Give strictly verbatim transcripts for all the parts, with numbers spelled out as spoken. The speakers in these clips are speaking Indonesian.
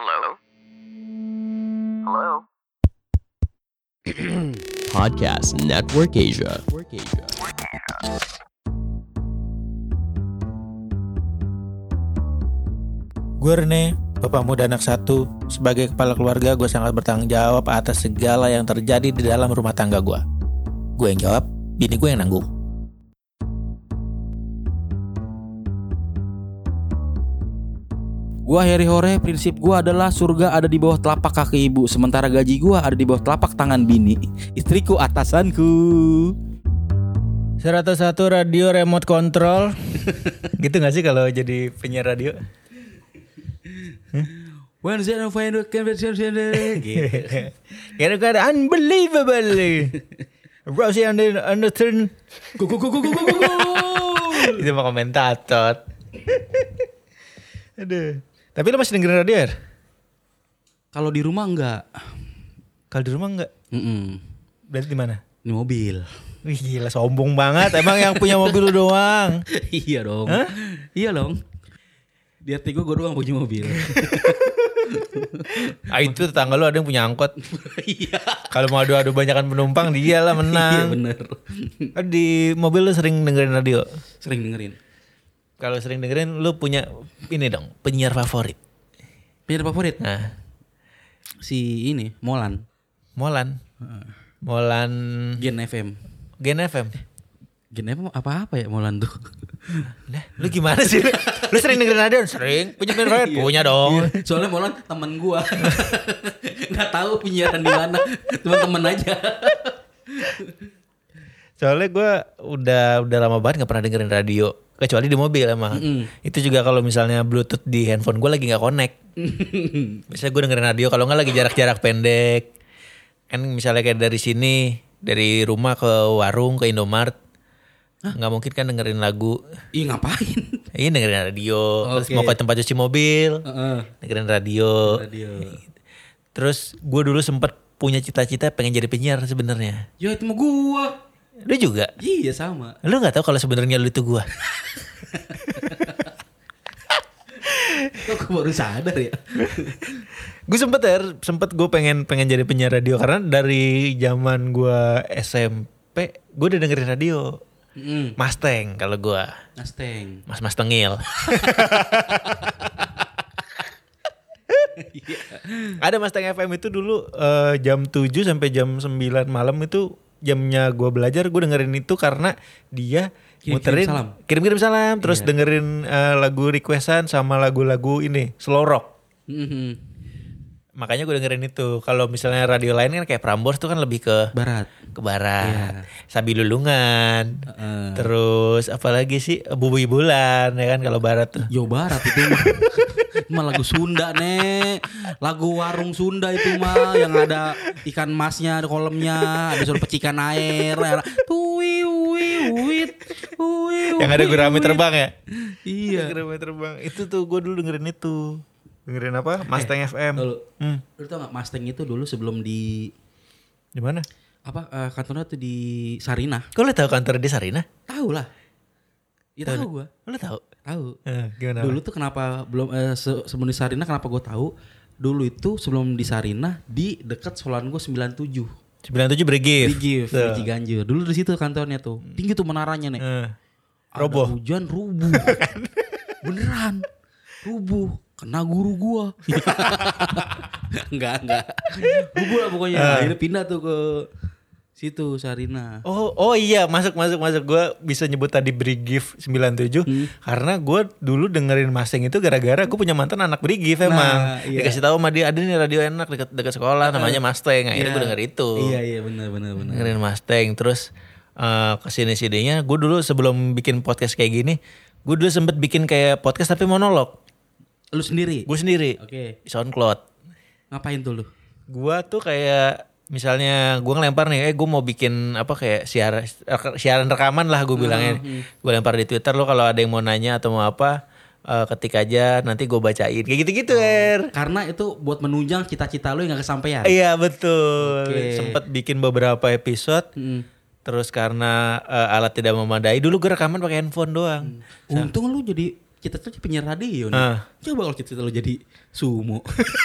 Hello? Hello? Podcast Network Asia. Gue Rene, bapak muda anak satu. Sebagai kepala keluarga, gue sangat bertanggung jawab atas segala yang terjadi di dalam rumah tangga gue. Gue yang jawab, bini gue yang nanggung. Gua Harry Hore, prinsip gua adalah surga ada di bawah telapak kaki ibu, sementara gaji gua ada di bawah telapak tangan bini. Istriku atasanku. seratus satu radio remote control. Gitu gak sih kalau jadi penyiar radio? When the I find a conversation gitu. Kira-kira unbelievable. Rosie on the, on the turn. Go go go go go go go. Itu mah komentator. Aduh. Tapi lo masih dengerin radio, Er? Kalau di rumah enggak. Kalau di rumah enggak? Mm-mm. Berarti di mana? Di mobil. Wih gila, sombong banget. Emang yang punya mobil lu doang? Iya dong. Hah? Iya dong. Di hati gue gue doang punya mobil. Ah itu tetangga lu ada yang punya angkot. Iya. Kalau mau adu-adu banyakan penumpang, dia lah Iya menang. bener. Kan di mobil lu sering dengerin radio? Sering dengerin. Kalau sering dengerin, lu punya ini dong, penyiar favorit? Penyiar favorit? Nah, Si ini Molan. Molan. Molan Gen F M. Gen F M. Gen F M apa-apa ya Molan tuh. Nah, lu gimana sih? Lu, lu sering dengerin radio? Sering. Punya penyiar favorit? Punya dong. Iya. Soalnya Molan teman gua. Nggak tahu penyiaran di mana. Teman-teman aja. Soalnya gue udah udah lama banget gak pernah dengerin radio, kecuali di mobil emang. Mm-mm. Itu juga kalau misalnya Bluetooth di handphone gue lagi nggak connect. Biasanya gue dengerin radio kalau nggak lagi jarak-jarak pendek. Kan misalnya kayak dari sini, dari rumah ke warung ke Indomaret, nggak mungkin kan dengerin lagu. Ih ngapain? Ini dengerin radio. Terus Oke. mau ke tempat cuci mobil, Heeh. dengerin radio. Radio. Terus gue dulu sempet punya cita-cita pengen jadi penyiar sebenarnya. Ya itu mah gua. Lu juga? Iya sama. Lu nggak tahu kalau sebenarnya lu itu gue? Kok gua baru sadar ya? Gue sempet ya, sempet gue pengen pengen jadi penyiar radio karena dari zaman gue S M P gue udah dengerin radio. Mm. Mustang kalau gue, Mustang. Mas Mas Tengil. Ada Mustang F M itu dulu eh, jam tujuh sampai jam sembilan malam itu jamnya gue belajar, gue dengerin itu karena dia Kirim-kirim muterin salam. kirim-kirim salam, terus Iya. dengerin eh, lagu requestan sama lagu-lagu ini slow rock. Mhm. Makanya gue dengerin itu. Kalau misalnya radio lain kan kayak Prambors tuh kan lebih ke Barat. ke barat. Iya. Sabi Lulungan. Heeh. Terus apalagi sih Bubui Bulan ya kan kalau barat tuh. Jawa Barat itu mah. Mah lagu Sunda nih. Lagu warung Sunda itu mah yang ada ikan masnya ada kolamnya, ada suara pecikan air. Tui ui uit. Ui. Yang ada gurame terbang ya? Iya. Gurame terbang. Itu tuh gue dulu dengerin itu. Dengerin apa? Mustang F M. Lalu, Hmm. lu tau gak Mustang itu dulu sebelum di Di mana? apa eh, kantornya tuh di Sarinah. Kok lu tahu kantor di Sarina? Tahu lah. Ya Tahu. tahu gua. Lu tahu? Tahu. Eh, gimana? Dulu tuh kenapa belum eh, se- sebelum di Sarinah kenapa gue tahu? Dulu itu sebelum di Sarinah di dekat sekolahan gue sembilan puluh tujuh. sembilan puluh tujuh Brigif. Brigif, Tuh. di Ciganjur. Dulu di situ kantornya tuh. Tinggi tuh menaranya nih. Eh, Ada roboh. hujan rubuh. Beneran. Rubuh. Kena guru gua. enggak, enggak. Rubuh lah pokoknya. Eh. Akhirnya pindah tuh ke situ Sarinah. Oh, oh iya, masuk masuk masuk. Gue bisa nyebut tadi Brigif sembilan puluh tujuh Hmm. karena gue dulu dengerin Mustang itu gara-gara gue punya mantan anak Brigif emang. Nah, iya. Dikasih tahu sama dia ada nih radio enak dekat dekat sekolah namanya Mustang. Akhirnya Iya. gue denger itu. Iya, iya benar benar benar. Dengerin Mustang terus uh, kesini sininya gue dulu sebelum bikin podcast kayak gini, gue dulu sempet bikin kayak podcast tapi monolog. Lu sendiri? Gue sendiri Oke. di SoundCloud. Ngapain tuh lu? Gue tuh kayak misalnya gue ngelempar nih, eh gue mau bikin apa kayak siaran siaran rekaman lah gue bilangnya. Gue lempar di Twitter, lo kalau ada yang mau nanya atau mau apa uh, ketik aja nanti gue bacain kayak gitu-gitu Er. Karena itu buat menunjang cita-cita lu yang gak kesampaian. Iya betul. Oke. Sempet bikin beberapa episode. Mm. Terus karena uh, alat tidak memadai, dulu gue rekaman pakai handphone doang. Untung lu jadi cita-cita penyiar radio nih. Ah. Coba kalau cita-cita lu jadi sumo.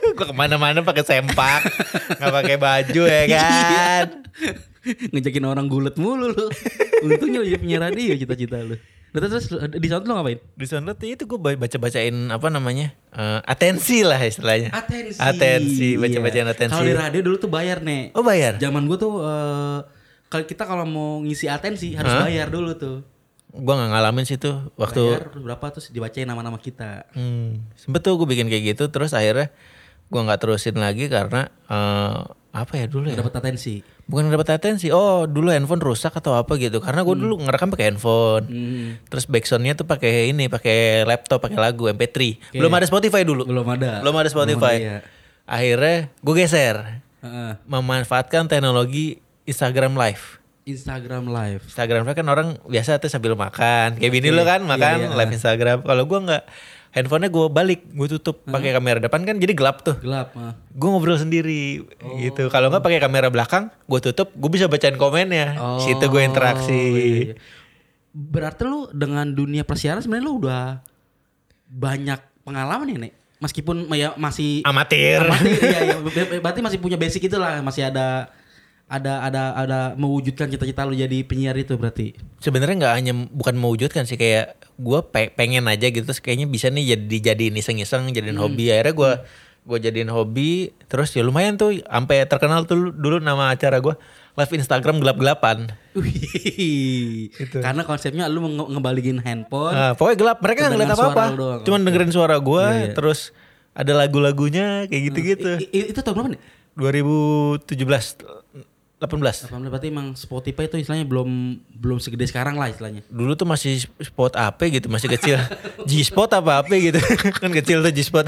Gue kemana-mana pakai sempak, nggak pakai baju ya kan. Ngejakin orang gulet mulu lu. Untungnya lu jadi penyiar radio cita-cita lu. Nah, terus di sana lu ngapain? Di sana tuh itu gue baca-bacain apa namanya uh, atensi lah istilahnya. Atensi. Atensi, baca-bacain Iya. atensi. Kalau di radio dulu tuh bayar nih. Oh bayar? Zaman gue tuh uh, kalau kita kalau mau ngisi atensi harus Hah? bayar dulu tuh. Gue nggak ngalamin sih tuh waktu. Bayar berapa terus dibacain nama-nama kita. Hmm, sempet tuh gue bikin kayak gitu, terus akhirnya gue nggak terusin lagi karena uh, apa ya dulu ya? Dapat atensi. Bukan dapat atensi. Oh dulu handphone rusak atau apa gitu? Karena gue dulu ngerekam pakai handphone. Hmm. Terus backsoundnya tuh pakai ini, pakai laptop, pakai lagu M P tiga. Oke. Belum ada Spotify dulu. Belum ada. Belum ada Spotify. Belum ada, iya. Akhirnya gue geser, Heeh. memanfaatkan teknologi Instagram Live. Instagram Live. Instagram Live kan orang biasa tuh sambil makan. Kayak bini Oke. lo kan makan Iya, iya. live Instagram. Kalau gue nggak, handphonenya gue balik, gue tutup pakai kamera depan kan jadi gelap tuh. Gelap. ah. Gue ngobrol sendiri gitu. Kalau nggak pakai kamera belakang, gue tutup, gue bisa bacain komennya. Oh, Situ gue interaksi. iya, iya. Berarti lu dengan dunia persiaran sebenarnya lu udah banyak pengalaman ya, Nek? Meskipun ya masih Amatir. amatir, iya, iya. Ber- Berarti masih punya basic itulah, masih ada ada ada ada mewujudkan cita-cita lu jadi penyiar itu berarti. Sebenarnya nggak hanya bukan mewujudkan sih, kayak gue pe- pengen aja gitu, terus kayaknya bisa nih jadi dijadiin iseng-iseng, jadiin Hmm. hobi. Akhirnya gue gue jadiin hobi, terus ya lumayan tuh, sampai terkenal tuh dulu nama acara gue live Instagram gelap-gelapan. Wih. Karena konsepnya lu nge- ngebalikin handphone. Nah, pokoknya gelap, mereka nggak ngeliat Kedengeran apa-apa, suara lu doang. cuman dengerin suara gue, Iya, iya. terus ada lagu-lagunya kayak gitu-gitu. I- i- itu tahun berapa nih? dua ribu tujuh belas, delapan belas. delapan belas berarti emang Spotify itu istilahnya belum belum segede sekarang lah istilahnya. Dulu tuh masih spot A P gitu, masih kecil. G-spot apa A P gitu. Kan kecil tuh G-spot.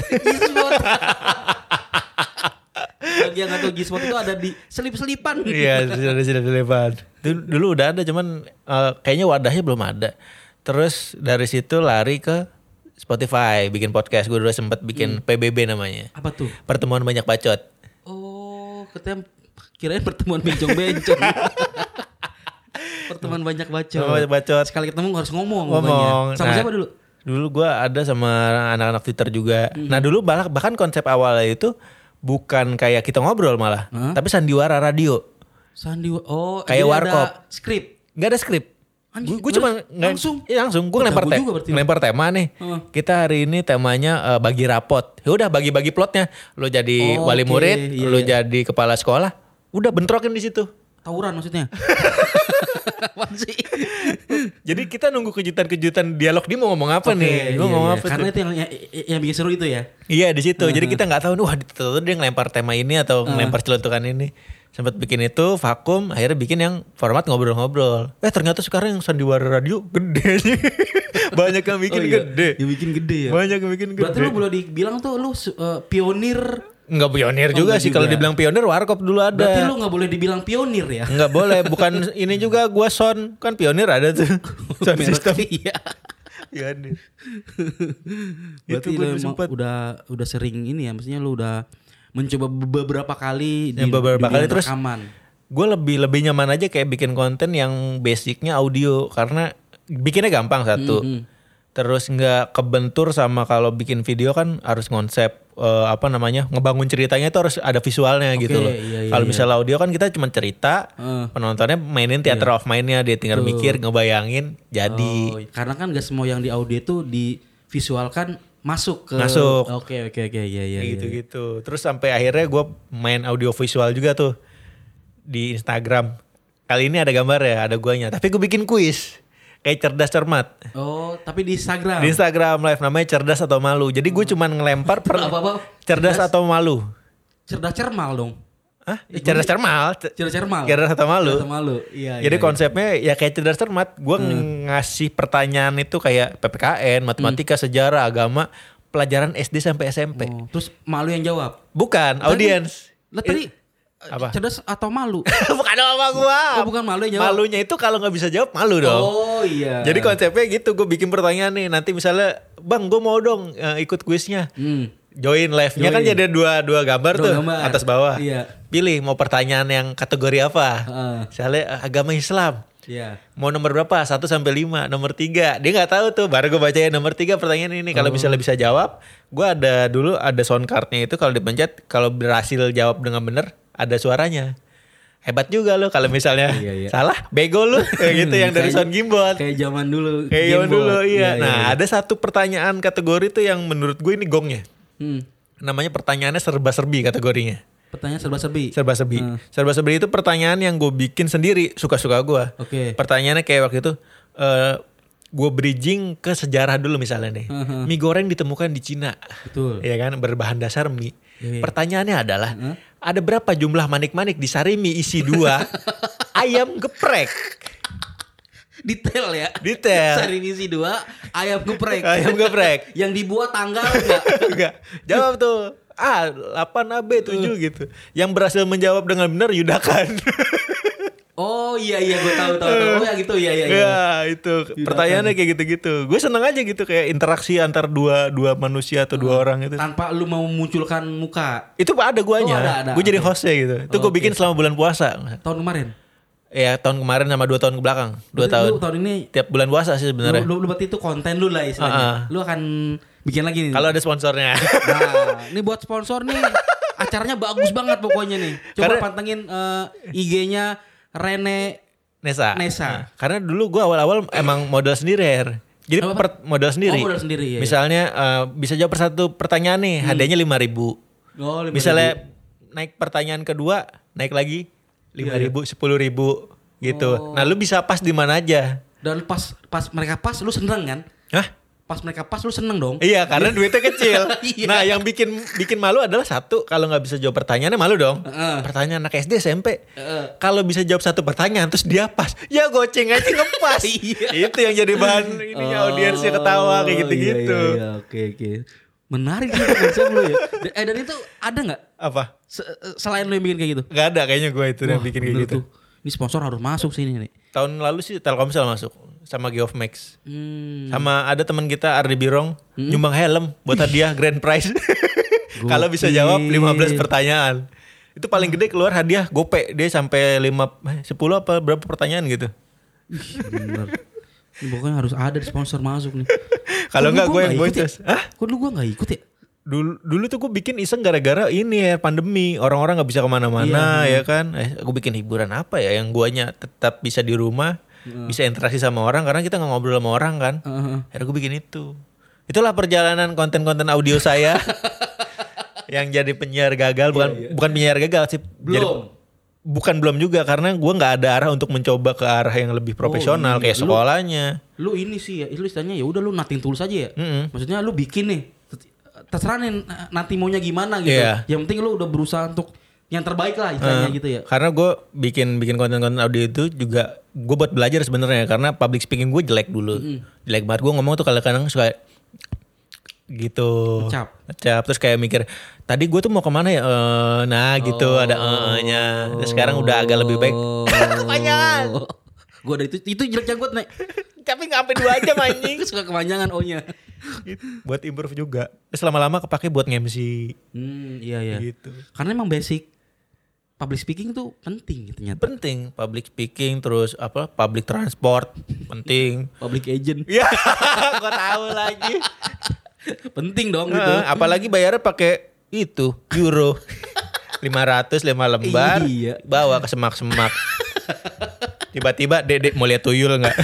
Bagi yang nggak tahu G-spot itu ada di selip-selipan. Iya, sudah sudah selipan. Dulu udah ada, cuman eh, kayaknya wadahnya belum ada. Terus dari situ lari ke Spotify, bikin podcast. Gue dulu sempet bikin P B B namanya. Apa tuh? Pertemuan banyak bacot. Oh, katanya kirain pertemuan bencong-bencong. Pertemuan banyak bacot. Banyak bacot. Sekali ketemu harus ngomong. Ngomong. pokoknya. Sama Nah, siapa dulu? Dulu gue ada sama anak-anak Twitter juga. Nah dulu bahkan, bahkan konsep awalnya itu bukan kayak kita ngobrol malah, Hah? tapi sandiwara radio. Sandi. Oh, Kayak jadi warkop. ada skrip. Gak ada skrip. Anjing, Gue cuma terus nggak- langsung? Iya, langsung. Gue Oh, ngelempar jago te- juga berarti lu. ngelempar tema nih. Heeh. Kita hari ini temanya eh, bagi rapot. Ya udah bagi-bagi plotnya. Lo jadi Oh, wali oke. murid, Iya, lo iya. jadi kepala sekolah. Udah bentrokin di situ. Tawuran maksudnya. Apaan sih? Jadi kita nunggu kejutan-kejutan dialog dia mau ngomong apa Oke, nih? Gue iya, ngomong iya. apa? Karena tuh? itu yang, yang yang bikin seru itu ya. Iya di situ. Jadi kita nggak tahu nih, wah itu dia ngelempar tema ini atau ngelempar celutukan ini. Sempat bikin itu vakum, akhirnya bikin yang format ngobrol-ngobrol. Eh ternyata sekarang yang sandiwara radio gede sih. Banyak yang bikin Oh, iya. gede. Yang bikin gede ya. Banyak yang bikin gede. Berarti lu boleh dibilang tuh lu uh, pionir. Enggak pionir Oh, juga enggak sih. Kalau juga. dibilang pionir warkop dulu ada. Berarti lu gak boleh dibilang pionir ya. Enggak boleh, bukan ini juga gua sound, kan pionir ada tuh. Sound Merek, system. Iya. Pionir. Berarti Itu lu gua emang sempet. udah udah sering ini ya, maksudnya lu udah mencoba beberapa kali Ya, beberapa dunia kali terus rekaman. Gue lebih lebih nyaman aja kayak bikin konten yang basicnya audio, karena bikinnya gampang satu. Mhm. Terus nggak kebentur sama kalau bikin video kan harus konsep eh, apa namanya, ngebangun ceritanya itu harus ada visualnya Oke, gitu loh. iya, iya, Kalau iya. misalnya audio kan kita cuma cerita, Eh. penontonnya mainin theater of mind-nya, dia tinggal Betul. mikir, ngebayangin, jadi. Oh, karena kan gak semua yang di audio itu divisualkan masuk ke Masuk. Oke oke oke iya iya. Kayak iya. gitu-gitu. Terus sampai akhirnya gue main audio visual juga tuh di Instagram. Kali ini ada gambar ya, ada guanya. Tapi gue bikin kuis kayak cerdas cermat Oh, tapi di Instagram. di Instagram live, namanya cerdas atau malu. Jadi gue cuman ngelempar per Apa-apa? cerdas, Cerdas? atau malu. Cerdas cermal dong. Hah? Eh, cerdas cermal. C- Cerdas cermal. Cerdas atau malu. Cerdas atau malu. Iya. Jadi iya, konsepnya ya kayak cerdas cermat. Gue ngasih pertanyaan itu kayak P P K N, matematika, sejarah, agama, pelajaran S D sampai S M P. iya. Oh, terus malu yang jawab. Bukan, Tadi- audiens. Lah tadi Apa? cerdas atau malu? Bukan sama gua. Oh, bukan malu yang jawab. Malunya itu kalau nggak bisa jawab malu dong. Oh iya. Jadi konsepnya gitu, gue bikin pertanyaan nih. Nanti misalnya, bang, gue mau dong eh, ikut kuisnya. Hmm. Join live-nya kan Join. jadi dua dua gambar Dua tuh, gambar. atas bawah. Iya. Pilih mau pertanyaan yang kategori apa. Heeh. Misalnya eh, agama Islam. Iya. Mau nomor berapa? satu sampai lima, nomor tiga. Dia gak tahu tuh, baru gue bacain nomor tiga pertanyaan ini. Kalau Oh. misalnya bisa jawab, gue ada dulu ada sound cardnya itu kalau dipencet, kalau berhasil jawab dengan benar, ada suaranya. Hebat juga lo kalau misalnya Iya, iya. salah, bego lo. Kayak gitu yang dari Kayak- sound gimbal. Kayak zaman dulu. Kayak zaman Gamebot. dulu, iya. Iya, Nah iya. ada satu pertanyaan kategori tuh yang menurut gue ini gongnya. Hmm. Namanya pertanyaannya serba-serbi kategorinya. Pertanyaan serba-serbi. Serba-serbi. Hmm. Serba-serbi itu pertanyaan yang gue bikin sendiri, suka-suka gue. Oke. Pertanyaannya kayak waktu itu, eh gue bridging ke sejarah dulu misalnya nih. Uh-huh. Mie goreng ditemukan di Cina. Betul. Ya kan, berbahan dasar mie. Iya, iya. Pertanyaannya adalah, Huh? ada berapa jumlah manik-manik di sari mie isi dua ayam geprek? Detail ya. Detail. Sari misi dua, ayam geprek. Ayam geprek. Yang dibuat tanggal enggak? Enggak. Jawab tuh. A, delapan, A, B, tujuh gitu. Yang berhasil menjawab dengan benar Yudakan. Oh iya iya gue tahu tahu tahu. Oh ya gitu iya iya. iya. Ya itu pertanyaannya kayak gitu-gitu. Gue seneng aja gitu kayak interaksi antar dua dua manusia atau dua orang itu. Tanpa lu mau memunculkan muka. Itu ada guanya. Oh, ada, ada. Gue jadi Oke. hostnya gitu. Itu gue Oke. bikin selama bulan puasa. Tahun kemarin. Ya tahun kemarin sama dua tahun ke belakang. Dua Berarti tahun. Lu tahun ini Tiap bulan puasa sih lu, sebenarnya. lu, lu berarti itu konten lu lah istilahnya. Uh-uh. Lu akan bikin lagi nih. Kalau ada sponsornya. Nah, ini buat sponsor nih. Acaranya bagus banget pokoknya nih. Coba Karena- pantengin eh, I G-nya Rene Nesa. Nesa. Nah, karena dulu gue awal-awal emang modal sendiri Her. Jadi Apa? per- modal sendiri. Oh, modal sendiri, iya, iya. Misalnya eh, bisa jawab per satu pertanyaan nih, hadiahnya lima ribu. Oh, lima Misalnya naik pertanyaan kedua, naik lagi lima ribu, sepuluh ribu gitu. Oh. Nah lu bisa pas di mana aja. Dan pas pas mereka pas lu seneng kan? Hah? Pas mereka pas lu seneng dong. Iya karena duitnya kecil. Iya. Nah yang bikin bikin malu adalah satu, kalau nggak bisa jawab pertanyaannya malu dong. Heeh. Pertanyaan anak S D S M P. Heeh. Kalau bisa jawab satu pertanyaan terus dia pas, ya goceng aja ngepas. Iya. Itu yang jadi bahan ininya audiensnya ketawa kayak gitu-gitu. Iya, iya, iya. Oke oke. Menarik sih konsep lu ya. Dan- Eh dan itu ada nggak Apa? se- selain lu yang bikin kayak gitu? Gak ada kayaknya gue itu yang Wah, bikin kayak bener gitu. tuh. Ini sponsor harus masuk sini nih. Tahun lalu sih Telkomsel masuk sama Geofmax. Hmm. Sama ada teman kita Ardi Birong nyumbang helm buat hadiah grand prize. Kalau bisa jawab lima belas pertanyaan. Itu paling gede keluar hadiah gope. Dia sampai lima sepuluh apa berapa pertanyaan gitu. Bener. Ini pokoknya harus ada sponsor masuk nih. Kalau Kok enggak dulu gue gua yang nggak ikut boncos. ya? Hah? Kok dulu gue gak ikut ya? Dulu, dulu tuh gue bikin iseng gara-gara ini ya pandemi. Orang-orang gak bisa kemana-mana ya kan. Eh, gue bikin hiburan apa ya yang guanya tetap bisa di rumah. Bisa interaksi sama orang karena kita gak ngobrol sama orang kan. Heeh. Akhirnya gue bikin itu. Itulah perjalanan konten-konten audio saya. Yang jadi penyiar gagal. Bukan bukan penyiar gagal sih. Jadi, Belum. bukan belum juga. Karena gue gak ada arah untuk mencoba ke arah yang lebih profesional. iya. Kayak Lu- sekolahnya. Lu ini sih ya, lu istilahnya ya udah lu nothing tulus aja ya. Mm-mm. Maksudnya lu bikin nih. Terserah nih nanti maunya gimana gitu. Iya. Yang penting lu udah berusaha untuk yang terbaik lah istilahnya Eh, gitu ya. Karena gue bikin bikin konten-konten audio itu juga gue buat belajar sebenarnya karena public speaking gue jelek dulu, jelek banget. Gue ngomong tuh kadang-kadang suka gitu, Ngecap. ngecap. Terus kayak mikir tadi gue tuh mau kemana ya? Eh, nah gitu ada eh-nya. Terus sekarang udah agak lebih baik. Kepanjangan. Gue ada itu itu jeleknya gue nih. Tapi nggak sampai dua jam anjing. Suka kepanjangan O-nya. Buat improve juga. Terus lama-lama kepake buat nge-M C Hmm, iya iya. gitu. Karena emang basic public speaking tuh penting gitu ternyata. Penting public speaking terus apa public transport penting. Public agent Ya, gue tahu lagi. penting dong gitu. Heeh, apalagi bayarnya pakai itu euro lima ratus lima lembar Iya. bawa ke semak-semak. Tiba-tiba Dedek mau lihat tuyul nggak?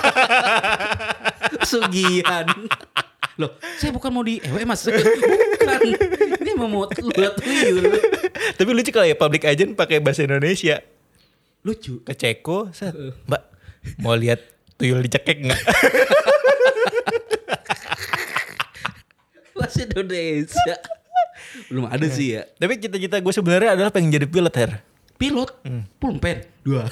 Sugihan. Loh, saya bukan mau di E W mas. Bukan. Ini mau mau lihat tuyul. Tapi lucu kalau ya public agent pakai bahasa Indonesia. Lucu. Ke Ceko, set. Mbak mau lihat tuyul dicekek nggak? Bahasa Indonesia. Belum ada sih ya. Tapi cita-cita gue sebenarnya adalah pengen jadi pilot Her. Pilot, pulpen, dua.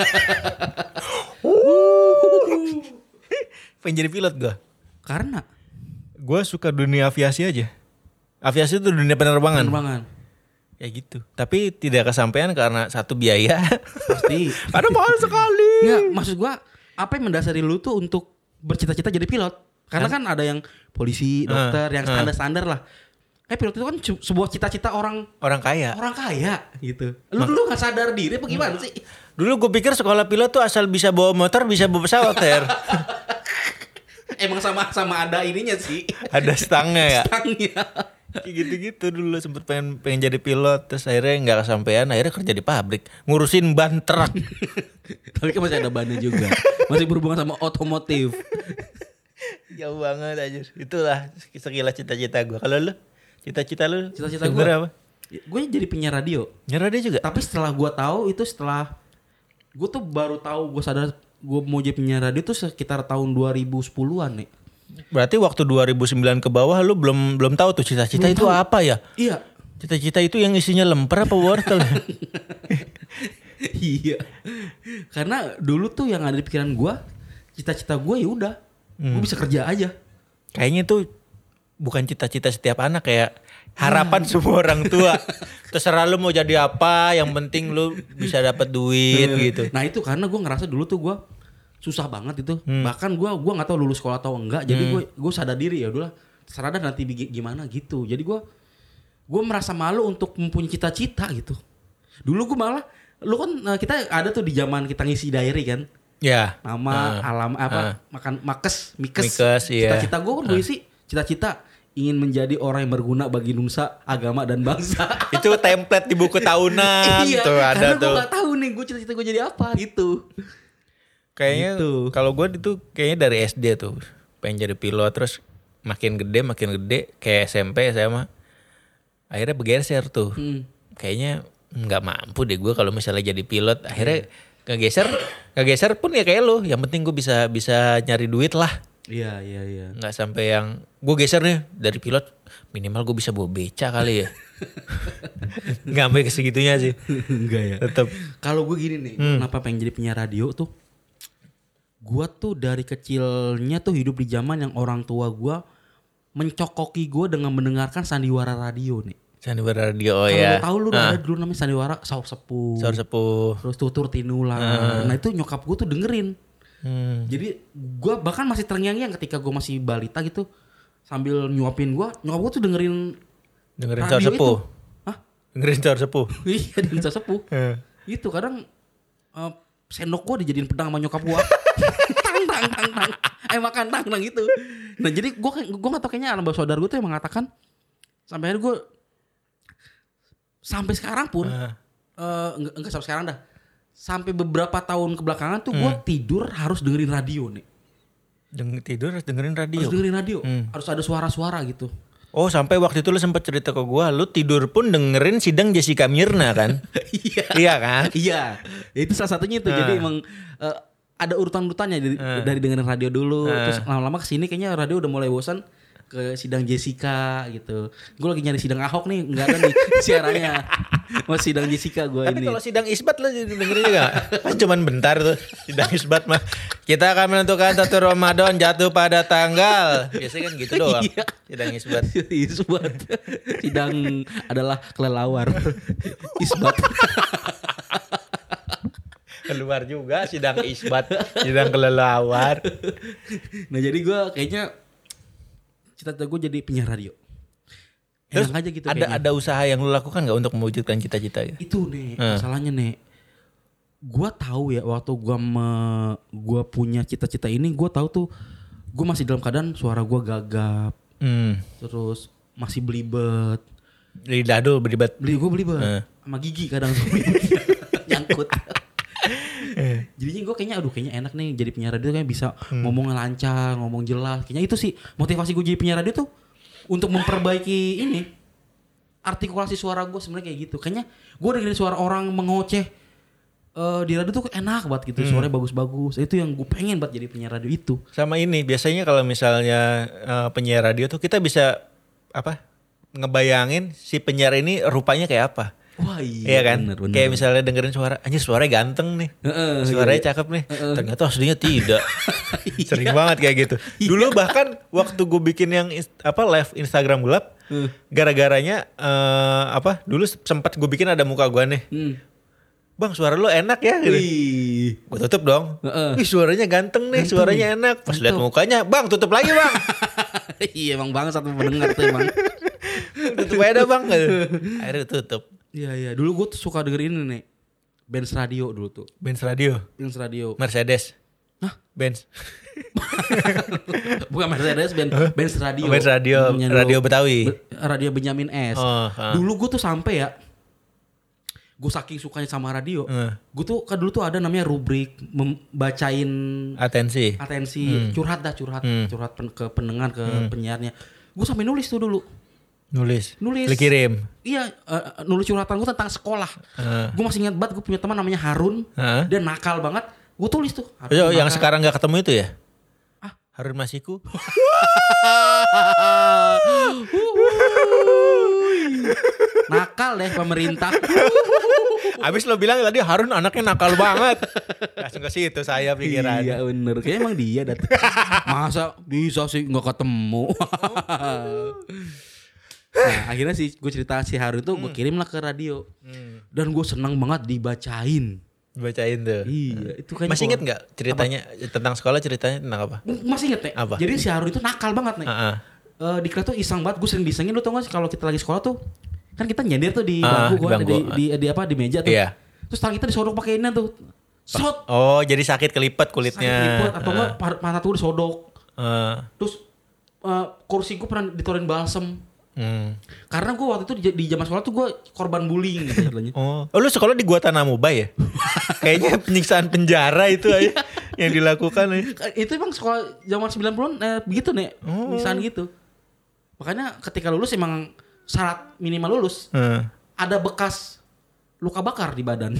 Pengen jadi pilot gue. Karena Gue suka dunia aviasi aja. Aviasi itu dunia penerbangan. penerbangan Ya gitu. Tapi tidak kesampaian karena satu biaya. pasti. Karena mahal sekali. Nggak, maksud gua apa yang mendasari lu tuh untuk bercita-cita jadi pilot? Karena kan ada yang polisi, dokter, yang standar-standar lah. Eh pilot itu kan se- sebuah cita-cita orang Orang kaya. orang kaya gitu. Lu dulu nggak sadar diri apa gimana sih? Dulu gue pikir sekolah pilot tuh asal bisa bawa motor bisa bawa pesawat Ter. Emang sama-sama ada ininya sih. Ada stangnya ya. Stangnya. Kayak gitu-gitu dulu sempet pengen pengen jadi pilot terus akhirnya nggak kesampaian akhirnya kerja di pabrik ngurusin ban truk. Tapi kan masih ada bannya juga. Masih berhubungan sama otomotif. Jauh banget aja. Itulah sekilas cita-cita gue. Kalau lu cita-cita lu Cita-cita sebenarnya gua? apa? Gue jadi penyiar radio. Nyerah dia juga. Tapi setelah gue tahu itu setelah gue tuh baru tahu gue sadar gue mau jadi penyiar radio tuh sekitar tahun dua ribu sepuluhan nih. Berarti waktu dua ribu sembilan ke bawah lu belum belum tahu tuh cita-cita Belum itu tahu. apa ya? Iya. Cita-cita itu yang isinya lemper apa wortel? Iya. Karena dulu tuh yang ada di pikiran gue, cita-cita gue ya udah, Hmm. gue bisa kerja aja. Kayaknya tuh bukan cita-cita setiap anak kayak harapan semua orang tua. Terserah lu mau jadi apa, yang penting lu bisa dapat duit gitu. Nah itu karena gue ngerasa dulu tuh gue susah banget itu. Hmm. Bahkan gue gua nggak tahu lulus sekolah atau enggak. Jadi gue gue sadar diri ya udahlah, terserah dah nanti bigi- gimana gitu. Jadi gue gue merasa malu untuk mempunyai cita-cita gitu. Dulu gue malah, lu kan eh, kita ada tuh di zaman kita ngisi diary kan. Ya. Nama, Ah. alam apa, Ah. makan makes, mikes. Mikes, iya. Cita-cita gue kan gue isi cita-cita ingin menjadi orang yang berguna bagi nusa, agama dan bangsa. Itu template di buku tahunan Iya, tuh ada karena gue tuh. gak tahu nih gue cita-cita gue jadi apa gitu. Kayaknya Gitu. kalau gue itu kayaknya dari S D tuh pengen jadi pilot terus makin gede makin gede kayak S M P S M A akhirnya bergeser tuh. Hmm. Kayaknya nggak mampu deh gue kalau misalnya jadi pilot akhirnya ngegeser ngegeser pun ya kayak lo yang penting gue bisa bisa nyari duit lah. Iya, iya, iya. Nggak sampai yang gue geser nih dari pilot minimal gue bisa bawa beca kali ya. Nggak sampai ke segitunya sih. Enggak ya. Tetap. Kalau gue gini nih, Hmm. kenapa pengen jadi penyiar radio tuh? Gue tuh dari kecilnya tuh hidup di zaman yang orang tua gue mencokoki gue dengan mendengarkan sandiwara radio nih. Sandiwara radio oh Kalau ya. lo tahu lu Ah, ada dulu namanya sandiwara Saur Sepuh. Saur sepuh. Terus tutur tinular. Nah itu nyokap gue tuh dengerin. Hmm. Jadi gue bahkan masih terngiang-ngiang ketika gue masih balita gitu. Sambil nyuapin gue, nyokap gue tuh dengerin Dengerin radio Saur sepuh. itu. Hah? Dengerin Saur sepuh. Iya dengerin Saur Sepuh. Eh. Itu kadang eh, sendok gue dijadiin pedang sama nyokap gue. tang tang tang tang. Eh makan tang tang gitu. Nah jadi gue gue nggak tau kayaknya anak saudara gue tuh yang mengatakan sampai akhirnya gue sampai sekarang pun Ah. eh, enggak, enggak sampai sekarang dah. Sampai beberapa tahun kebelakangan tuh gue tidur harus dengerin radio nih. Deng tidur harus dengerin radio. Harus dengerin radio. Hmm. Harus ada suara-suara gitu. Oh sampai waktu itu lu sempat cerita ke gua, lu tidur pun dengerin sidang Jessica Mirna kan? Iya. Iya kan? Iya. Itu salah satunya itu. Jadi emang eh, ada urutan-urutannya dari, dari dengerin radio dulu. Terus lama-lama kesini kayaknya radio udah mulai bosan ke sidang Jessica gitu. Gue lagi nyari sidang Ahok nih, nggak ada nih siarannya. Mau sidang Jessica gue Tapi ini. kalau sidang isbat lu dengerin juga gak? Kan cuman bentar tuh sidang isbat mah. Kita akan menentukan satu Ramadan jatuh pada tanggal. Biasanya kan gitu doang. Iya. Sidang isbat. Isbat. Sidang adalah kelelawar. Isbat. Keluar juga sidang isbat, sidang kelelawar. Nah jadi gue kayaknya cita-cita gue jadi penyiar radio. Terus Enak aja gitu ada kayaknya. ada usaha yang lu lakukan gak untuk mewujudkan cita-cita gitu? Itu nih Hmm. masalahnya nih. Gua tahu ya waktu gua me, gua punya cita-cita ini, gua tahu tuh gua masih dalam keadaan suara gua gagap, Hmm. terus masih belibet. Di dadu berdebat. Beli gua belibet Hmm. sama gigi kadang nyangkut. Jadinya gue kayaknya aduh kayaknya enak nih jadi penyiar radio kayak bisa ngomong lancar, ngomong jelas. Kayaknya itu sih motivasi gue jadi penyiar radio tuh untuk memperbaiki ini artikulasi suara gue sebenarnya kayak gitu. Kayaknya gue dengerin suara orang mengoceh eh, di radio tuh enak banget gitu, suaranya bagus-bagus. Itu yang gue pengen banget jadi penyiar radio itu. Sama ini biasanya kalau misalnya eh, penyiar radio tuh kita bisa apa ngebayangin si penyiar ini rupanya kayak apa. Wah iya, Iya kan? bener, bener. Kayak misalnya dengerin suara, anjir suaranya ganteng nih. Heeh, Suaranya iya. cakep nih. Ternyata aslinya tidak. Sering banget kayak gitu. Dulu bahkan waktu gue bikin yang is- apa live Instagram gelap, gara-garanya eh, apa? Dulu sempat gue bikin ada muka gue nih. Hmm. Bang suara lu enak ya gitu. Wih. Gue tutup dong. Heeh. Ih suaranya ganteng nih, Ganteng. suaranya enak. Pas lihat mukanya, bang tutup lagi bang. Iya emang banget satu pendengar tuh emang. Tutup aja dah bang. Akhirnya tutup. Iya iya. Dulu gue tuh suka dengerin ini nih. Benz radio dulu tuh. Benz radio. Benz radio. Mercedes. Hah? Benz. Bukan Mercedes, Benz, Benz radio. Benz radio. Namanya Radio dulu. Betawi. Be- Radio Benyamin S. Oh, ah. Dulu gue tuh sampai ya. Gue saking sukanya sama radio. Uh. Gue tuh kan dulu tuh ada namanya rubrik membacain Atensi. atensi Hmm. curhat dah curhat Hmm. curhat pen- ke pendengar ke Hmm. penyiarnya. Gue sampai nulis tuh dulu. Nulis. Nulis. Lu kirim. Iya, uh, nulis curhatan gue tentang sekolah. Uh. Gue masih ingat banget gue punya teman namanya Harun. Uh. Dia nakal banget. Gue tulis tuh. Harun Oh, yang nakal. sekarang gak ketemu itu ya? Ah. Harun Masiku. Nakal deh pemerintah. Abis lo bilang tadi Harun anaknya nakal banget. Langsung ke situ saya pikiran. Iya bener. Kayaknya emang dia dat. Masa bisa sih nggak ketemu. Nah akhirnya sih gue cerita si Harun itu gue kirim lah ke radio. Hmm. Dan gue senang banget dibacain. Bacain tuh. Iya itu kan. Masih inget gak ceritanya apa? Tentang sekolah ceritanya tentang apa? Masih inget nih. Apa? Jadi si Harun itu nakal banget nih. Uh-uh. Uh, di kelas tuh iseng banget. Gue sering disengin. Lu tau gak sih kalau kita lagi sekolah tuh kan kita nyender tuh di Ah, bangku gue di di, bangku. di, di apa di meja tuh. Iya. Terus tangan kita disodok pakai ini tuh. Shot. Oh jadi sakit kelipet kulitnya. Sakit liput, atau Uh. enggak pa- pantat gue disodok. Uh. Terus uh, kursi gue pernah ditorin balsem. Hmm. Karena gue waktu itu di, di zaman sekolah tuh gue korban bullying gitu. Oh. oh lu sekolah di Gua Tanah Muba ya? Kayaknya penyiksaan penjara itu aja yang dilakukan ya. Itu emang sekolah zaman sembilan puluhan eh, begitu nih. Oh. Misalnya gitu. Makanya ketika lulus emang syarat minimal lulus Uh. ada bekas luka bakar di badan.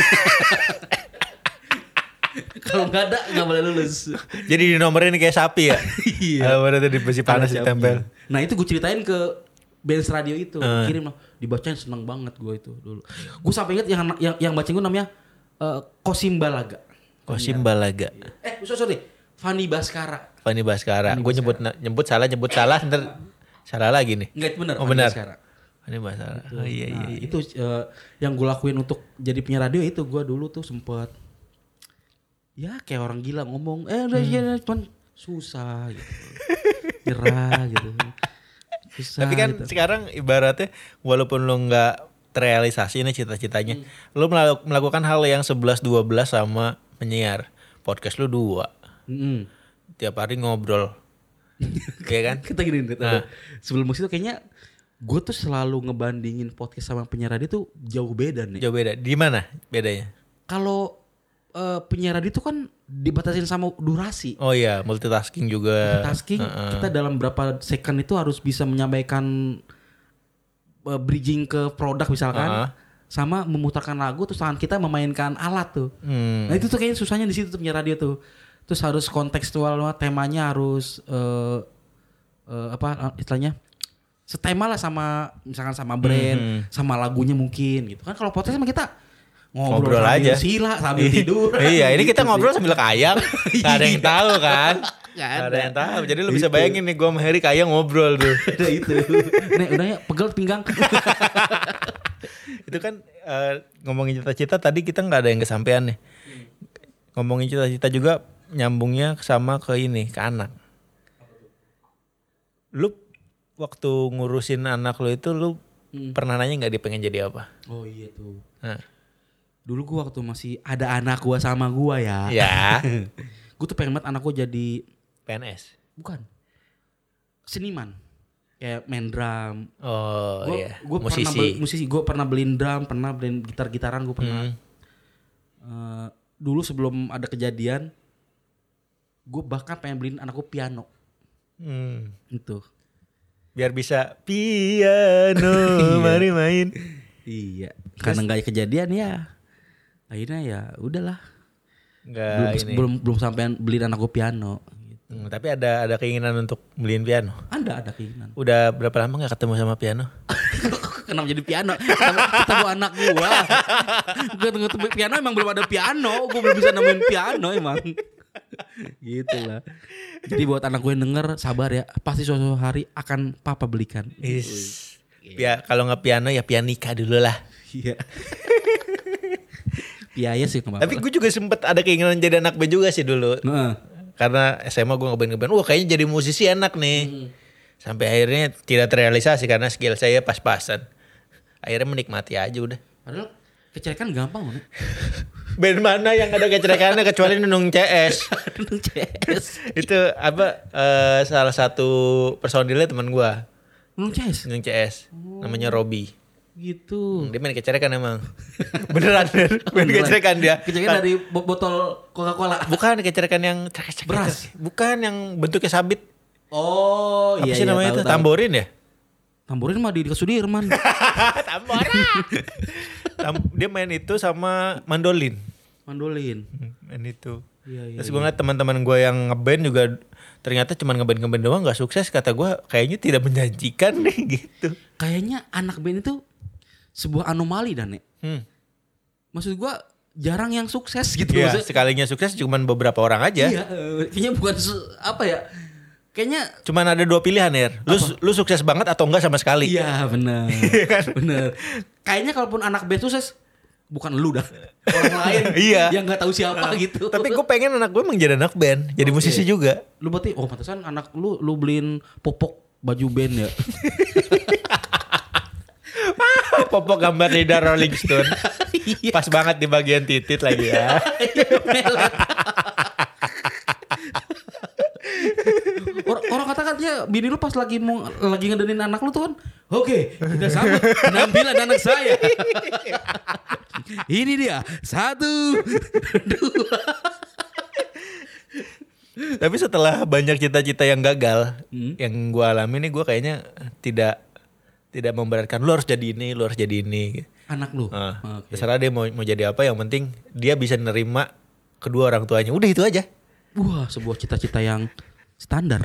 Kalau nggak ada nggak boleh lulus. Jadi dinomorin kayak sapi ya? Iya. Kalau berarti di besi panas Ada ditempel. siapnya. Nah itu gue ceritain ke Benz radio itu, Uh. kirim lah, dibacain seneng banget gue itu dulu. Gue sampai inget yang yang yang bacain gue namanya uh, Kosim Balaga. Kosim Balaga. Eh sorry, sorry. Fanny Baskara. Fanny Baskara. Fanny Gue nyebut nyebut salah nyebut salah ntar salah lagi nih. Enggak itu benar. Oh Fanny benar. Baskara. Fanny Baskara. Oh iya iya. Nah, iya. itu uh, yang gue lakuin untuk jadi penyiar radio itu gue dulu tuh sempet ya kayak orang gila ngomong eh udah hmm. cuman susah gitu. Gerah gitu. Susah, Tapi kan gitu. sekarang ibaratnya walaupun lo nggak terrealisasi nih cita-citanya, hmm. lo melaku- melakukan hal yang sebelas dua belas sama penyiar. Podcast lo dua. Mm-mm. Tiap hari ngobrol. Iya kan? Kita gini nih, Nah. sebelum musik tuh kayaknya gue tuh selalu ngebandingin podcast sama penyiar radio tuh jauh beda nih. Jauh beda. Di mana bedanya? Kalau uh, penyiar radio tuh kan dibatasin sama durasi. Oh iya, multitasking juga. Tasking Uh-uh. kita dalam berapa second itu harus bisa menyampaikan uh, bridging ke produk misalkan, Uh-uh. sama memutarkan lagu terus tangan kita memainkan alat tuh. Hmm. Nah itu tuh kayaknya susahnya di situ tuh penyiar radio tuh. Terus harus kontekstual, temanya harus uh, uh, apa istilahnya setema lah sama misalkan sama brand, Hmm. sama lagunya mungkin gitu kan. Kalau podcast sama kita Ngobrol ngobrol, sambil aja. sila sambil tidur. Iya, ini Gitu kita sih. ngobrol sambil kayang. Gak ada yang tahu kan? Nggak Gak ada ada. yang tahu. Jadi lu bisa Itu. bayangin nih gue sama Heri kayang ngobrol tuh. Udah itu. Nek udah ya pegel pinggang. Itu kan eh, ngomongin cita-cita tadi kita nggak ada yang kesampaian nih. Ngomongin cita-cita juga nyambungnya sama ke ini, ke anak. Lu waktu ngurusin anak lu itu lu Hmm. pernah nanya nggak dia pengen jadi apa? Oh iya tuh. Nah, Dulu gua waktu masih ada anak gua sama gua ya. ya, Gua tuh pengen banget anak gua jadi P N S. bukan seniman. Kayak main drum. Oh Gua, iya, gua pernah musisi. beli, musisi. Gue pernah beliin drum, pernah beliin gitar-gitaran, gue pernah. Hmm. Eh, dulu sebelum ada kejadian, gue bahkan pengen beliin anak gue piano. Hmm. Itu. Biar bisa piano, mari main. Iya. Karena nggak ada kejadian ya. Akhirnya ya udahlah. Enggak Belum ini. belum belum sampean beliin anak gue piano. Hmm, tapi ada ada keinginan untuk beliin piano. Ada ada keinginan. Udah berapa lama nggak ketemu sama piano? Kenapa jadi piano? Ketemu anak gua. Gua ketemu piano emang belum ada piano. Gua belum bisa nemuin piano emang. Gitu lah. Jadi buat anak gue yang denger sabar ya. Pasti suatu hari akan papa belikan. Is. Ya kalau nggak piano ya pianika dulu lah. Iya. Biaya sih kemana. Tapi gue juga sempet ada keinginan jadi anak band juga sih dulu. Nah. Karena S M A gue ngeband ngeband. Wah kayaknya jadi musisi enak nih. Hmm. Sampai akhirnya tidak terrealisasi karena skill saya pas-pasan. Akhirnya menikmati aja udah. Padahal kecelekan gampang banget. Band mana yang ada kecelakaan kecuali Nunung C S. Nunung C S. Itu apa uh, salah satu personilnya teman gua. Nunung C S. Nunung C S. Oh. Namanya Robi. Gitu. Dia main kecelakaan emang. Beneran main kecelakaan dia. Kecelakaan dari botol Coca-Cola. Bukan kecelakaan yang beras. Bukan yang bentuknya sabit. Oh, apa iya sih iya, namanya tahu, itu? Tahu. Tamborin ya? Tamborin mah di Sudirman. Tambora. Tam- dia main itu sama mandolin. Mandolin. Main itu. Iya, iya, Terus iya. gue ngeliat teman-teman gue yang ngeband juga ternyata cuma ngeband-ngeband doang gak sukses. Kata gue kayaknya tidak menjanjikan nih gitu. Kayaknya anak band itu sebuah anomali dan nek. Hmm. Maksud gue jarang yang sukses gitu. Iya, Maksudnya, sekalinya sukses cuma beberapa orang aja. iya, eh, kayaknya bukan su- apa ya? Kayaknya Cuman ada dua pilihan ya. Lu lu sukses banget atau enggak sama sekali. iya benar. Benar. Kayaknya kalaupun anak band sukses bukan lu dah. Orang lain Iya. yang enggak tahu siapa gitu. Tapi gue pengen anak gue emang jadi anak band, jadi Oke. musisi juga. Lu berarti oh pantesan anak lu lu beliin popok baju band ya. Popok gambar lidah Rolling Stone. Iya. Pas banget di bagian titit lagi ya. Or- orang kata-katanya bini lu pas lagi mau lagi ngedenin anak lu tuh kan, oke kita sambut penampilan anak saya. Ini dia satu dua. Tapi setelah banyak cita-cita yang gagal, Hmm. yang gue alami nih, gue kayaknya tidak tidak memberatkan. Lu harus jadi ini, lu harus jadi ini. Anak lu. Nah, Oke. terserah dia mau mau jadi apa. Yang penting dia bisa nerima kedua orang tuanya. Udah itu aja. Wah sebuah cita-cita yang standar.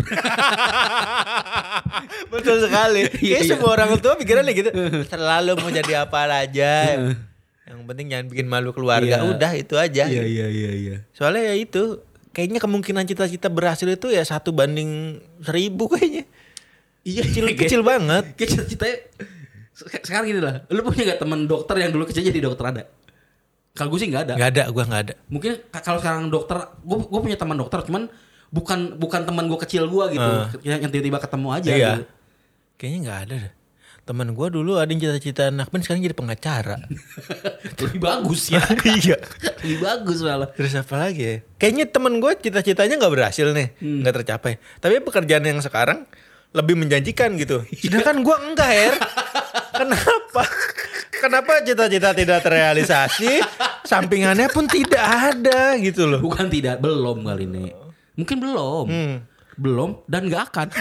Betul sekali. Iya, Kayak iya. semua orang tua pikirannya gitu. Selalu mau jadi apa aja. Yang penting jangan bikin malu keluarga. Iya. Udah itu aja. iya iya iya. Soalnya ya itu. Kayaknya kemungkinan cita-cita berhasil itu ya satu banding seribu kayaknya. Iya Kecil, kecil banget. Kayak cita-citanya sek- sekarang gini lah. Lu punya gak teman dokter yang dulu kecil jadi dokter ada? Kalau gue sih gak ada. Gak ada, gue gak ada. Mungkin ka- kalau sekarang dokter, gue gue punya teman dokter, cuman bukan bukan teman gue kecil gue gitu, Uh. yang, yang tiba-tiba ketemu aja. Iya. Gitu. Kayaknya gak ada deh. Teman gue dulu ada yang cita-cita anak band, sekarang jadi pengacara. Lebih bagus ya. Iya. Lebih bagus malah. Terus apa lagi ya? Kayaknya temen gue cita-citanya gak berhasil nih. Hmm. Gak tercapai. Tapi pekerjaan yang sekarang lebih menjanjikan gitu. Sedangkan gue enggak, Her. Kenapa? Kenapa cita-cita tidak terrealisasi? Sampingannya pun tidak ada gitu loh. Bukan tidak, belum kali ini. Mungkin belum. Hmm. Belum dan gak akan.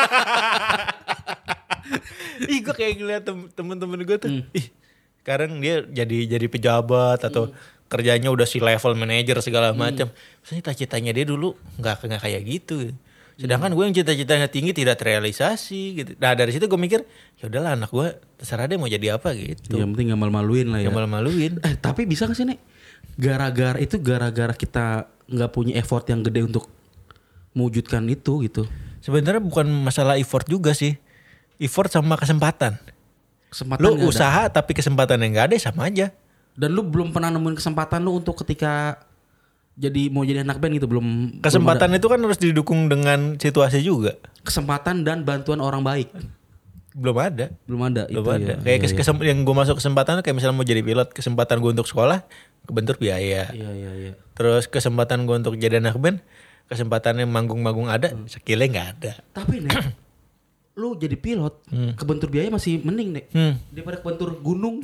Ih, gue kayak ngeliat tem- temen-temen gue tuh. Ih, sekarang dia jadi jadi pejabat atau kerjanya udah si level manajer segala macam. Maksudnya cita-citanya dia dulu nggak nggak kayak gitu. Sedangkan gue yang cita-citanya tinggi tidak terrealisasi gitu. Nah dari situ gue mikir, ya udahlah anak gue terserah dia mau jadi apa gitu. Yang penting gak malu-maluin lah ya. Yang malu-maluin. Eh tapi bisa gak sih Nek? Gara-gara itu gara-gara kita gak punya effort yang gede untuk mewujudkan itu gitu. Sebenarnya bukan masalah effort juga sih. Effort sama kesempatan. Kesempatan Lu nggak ada. usaha tapi kesempatan yang gak ada sama aja. Dan lu belum pernah nemuin kesempatan lu untuk ketika jadi mau jadi anak band gitu belum. Kesempatan belum itu kan harus didukung dengan situasi juga. ada. Kesempatan dan bantuan orang baik Belum ada. belum ada. Belum itu ada. ya. Kayak Iya, kes- kesem- yang gue masuk kesempatan kayak misalnya mau jadi pilot, kesempatan gue untuk sekolah kebentur biaya. Iya iya iya. Terus kesempatan gue untuk jadi anak band, kesempatannya manggung-manggung ada, skillnya nggak ada. Tapi Nek, lu jadi pilot kebentur biaya masih mending Nek Hmm. daripada kebentur gunung.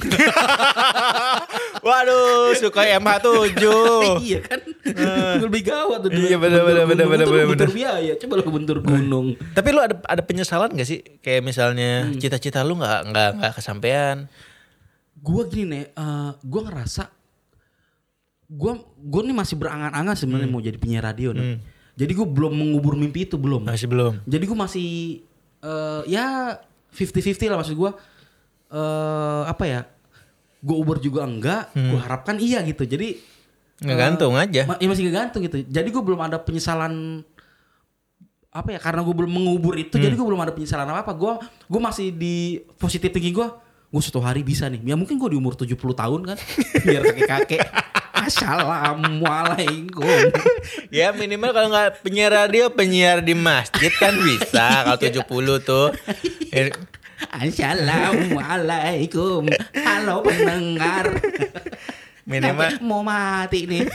Waduh, suka M H tujuh. Iya kan? Lebih gawat tuh. Iya, bener, Kebentur bener, bener, gunung bener, itu bener, kebentur bener. biaya. Coba lu kebentur gunung. Tapi lu ada ada penyesalan gak sih? Kayak misalnya cita-cita lu nggak nggak nggak kesampaian. Gua gini nih, eh, gua ngerasa gua gua nih masih berangan-angan sebenarnya mau jadi penyiar radio nih. Hmm. Jadi gua belum mengubur mimpi itu belum. Masih belum. Jadi gua masih eh, ya fifty fifty lah maksud gua. Eh apa ya? Gua ubur juga enggak, gua harapkan iya gitu. Jadi Ngegantung aja. ma- ya masih ngegantung gitu. Jadi gua belum ada penyesalan apa ya? Karena gua belum mengubur itu, jadi gua belum ada penyesalan apa-apa. Gua gua masih di positif thinking gua. Gue suatu hari bisa nih. Ya mungkin gue di umur tujuh puluh tahun kan. Biar kakek-kakek. Assalamualaikum. Ya minimal kalau nggak penyiar radio, penyiar di masjid kan bisa. Kalau tujuh puluh tuh. Assalamualaikum. Halo pendengar. Minimal mau mati nih.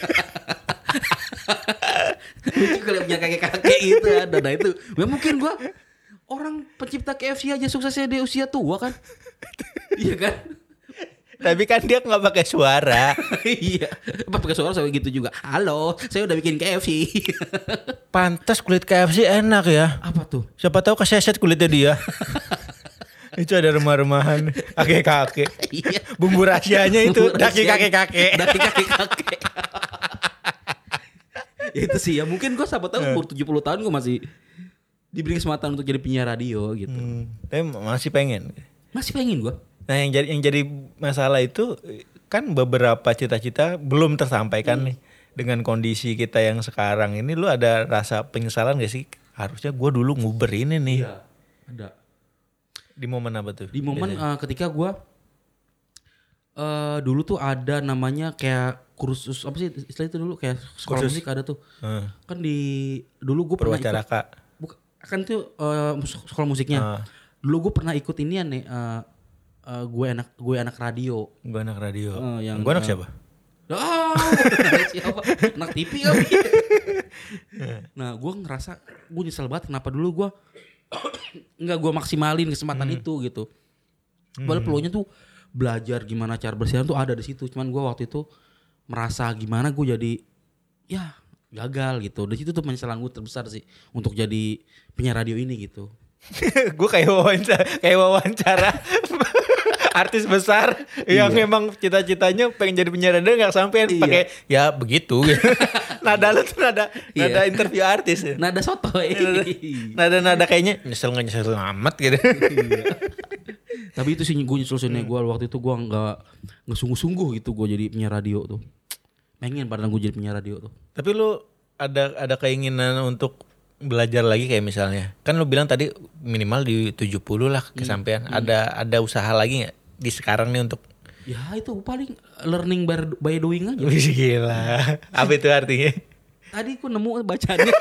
Lucu kalau punya kakek-kakek itu ada. Nah itu ya mungkin gua orang pencipta K F C aja suksesnya di usia tua kan. Iya kan. tapi kan dia nggak pakai suara. Iya, pas pakai suara saya gitu juga. Halo, saya udah bikin K F C. Pantas kulit K F C enak ya. Apa tuh? Siapa tahu keseset kulitnya dia. Itu ada remah-remahan kakek-kakek. Iya. Bumbu rahasianya itu Bumbu daki rahasianya. kakek-kakek. Daki kakek-kakek. Itu sih ya mungkin gue siapa tahu umur tujuh puluh tahun gue masih diberi kesempatan untuk jadi penyiar radio gitu. Hmm, tapi masih pengen. Masih pengen gue. Nah yang jadi yang jadi masalah itu kan beberapa cita-cita belum tersampaikan Hmm. nih dengan kondisi kita yang sekarang ini. Lu ada rasa penyesalan gak sih? Harusnya gue dulu nguber ini nih. Iya. Ada. Di momen apa tuh? Di momen biasanya? uh, ketika gue uh, dulu tuh ada namanya kayak kursus apa sih istilah itu dulu kayak sekolah Kursus. musik ada tuh. Hmm. Kan di dulu gue pernah ikut, Perwacaraka. buka, kan tuh uh, mus- sekolah musiknya. Ah. Dulu gue pernah ikut inian nih uh, uh, gue anak gue anak radio. Gue anak radio. Oh, yang, gue anak uh, siapa? Oh, siapa? Anak T V kali. Nah, gue ngerasa gue nyesel banget kenapa dulu gue nggak gue maksimalin kesempatan Hmm. itu gitu. Padahal peluangnya tuh belajar gimana cara bersiaran tuh ada di situ. Cuman gue waktu itu merasa gimana gue jadi ya gagal gitu. Di situ tuh penyesalan gue terbesar sih untuk jadi penyiar radio ini gitu. Gue kayak wawancara, kayak wawancara artis besar yang Iya. memang cita-citanya pengen jadi penyiar radio nggak sampai Iya. pakai ya begitu. Nada lu tuh nada Iya. nada interview artis. Ya. Nada sotoy. Nada-nada kayaknya nyesel nggak nyesel amat gitu. Iya. Tapi itu sih gue nyesel-nyeselnya gue waktu itu gue nggak nggak sungguh-sungguh gitu gue jadi penyiar radio tuh. Pengen padahal gue jadi penyiar radio tuh. Tapi lu ada ada keinginan untuk belajar lagi kayak misalnya. Kan lu bilang tadi minimal di tujuh puluh lah kesampaian. Ada ada usaha lagi nggak di sekarang nih untuk Ya itu paling learning by, by doing aja. Wih, gila. Apa itu artinya? Tadi aku nemu bacanya.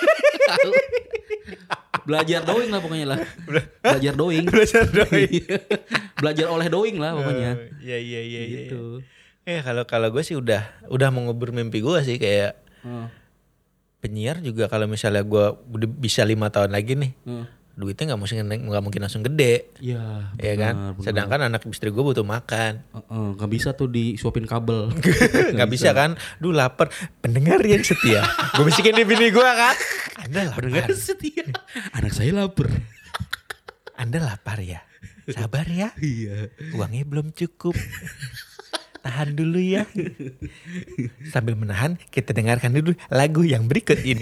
Belajar doing lah pokoknya lah. Belajar doing. Belajar doing. Belajar oleh doing lah pokoknya. Iya iya iya iya. Gitu. Eh kalau kalau gue sih udah udah mengubur mimpi gue sih kayak Heeh. penyiar juga kalau misalnya gue udah bisa lima tahun lagi nih Heeh. duitnya nggak mungkin nggak mungkin langsung gede, Iya. ya kan? benar, benar. Sedangkan anak istri gue butuh makan, Heeh, nggak bisa tuh disuapin kabel. nggak bisa kan? Duh lapar, pendengar yang setia. Gue bisikin di bini gue kan, Anda lapar, Pendengar setia. Anak saya lapar. Anda lapar ya, sabar ya, Iya. uangnya belum cukup. Tahan dulu ya. Sambil menahan, kita dengarkan dulu lagu yang berikut ini.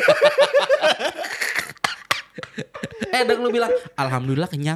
Eh, dan lu bilang, alhamdulillah kenyang.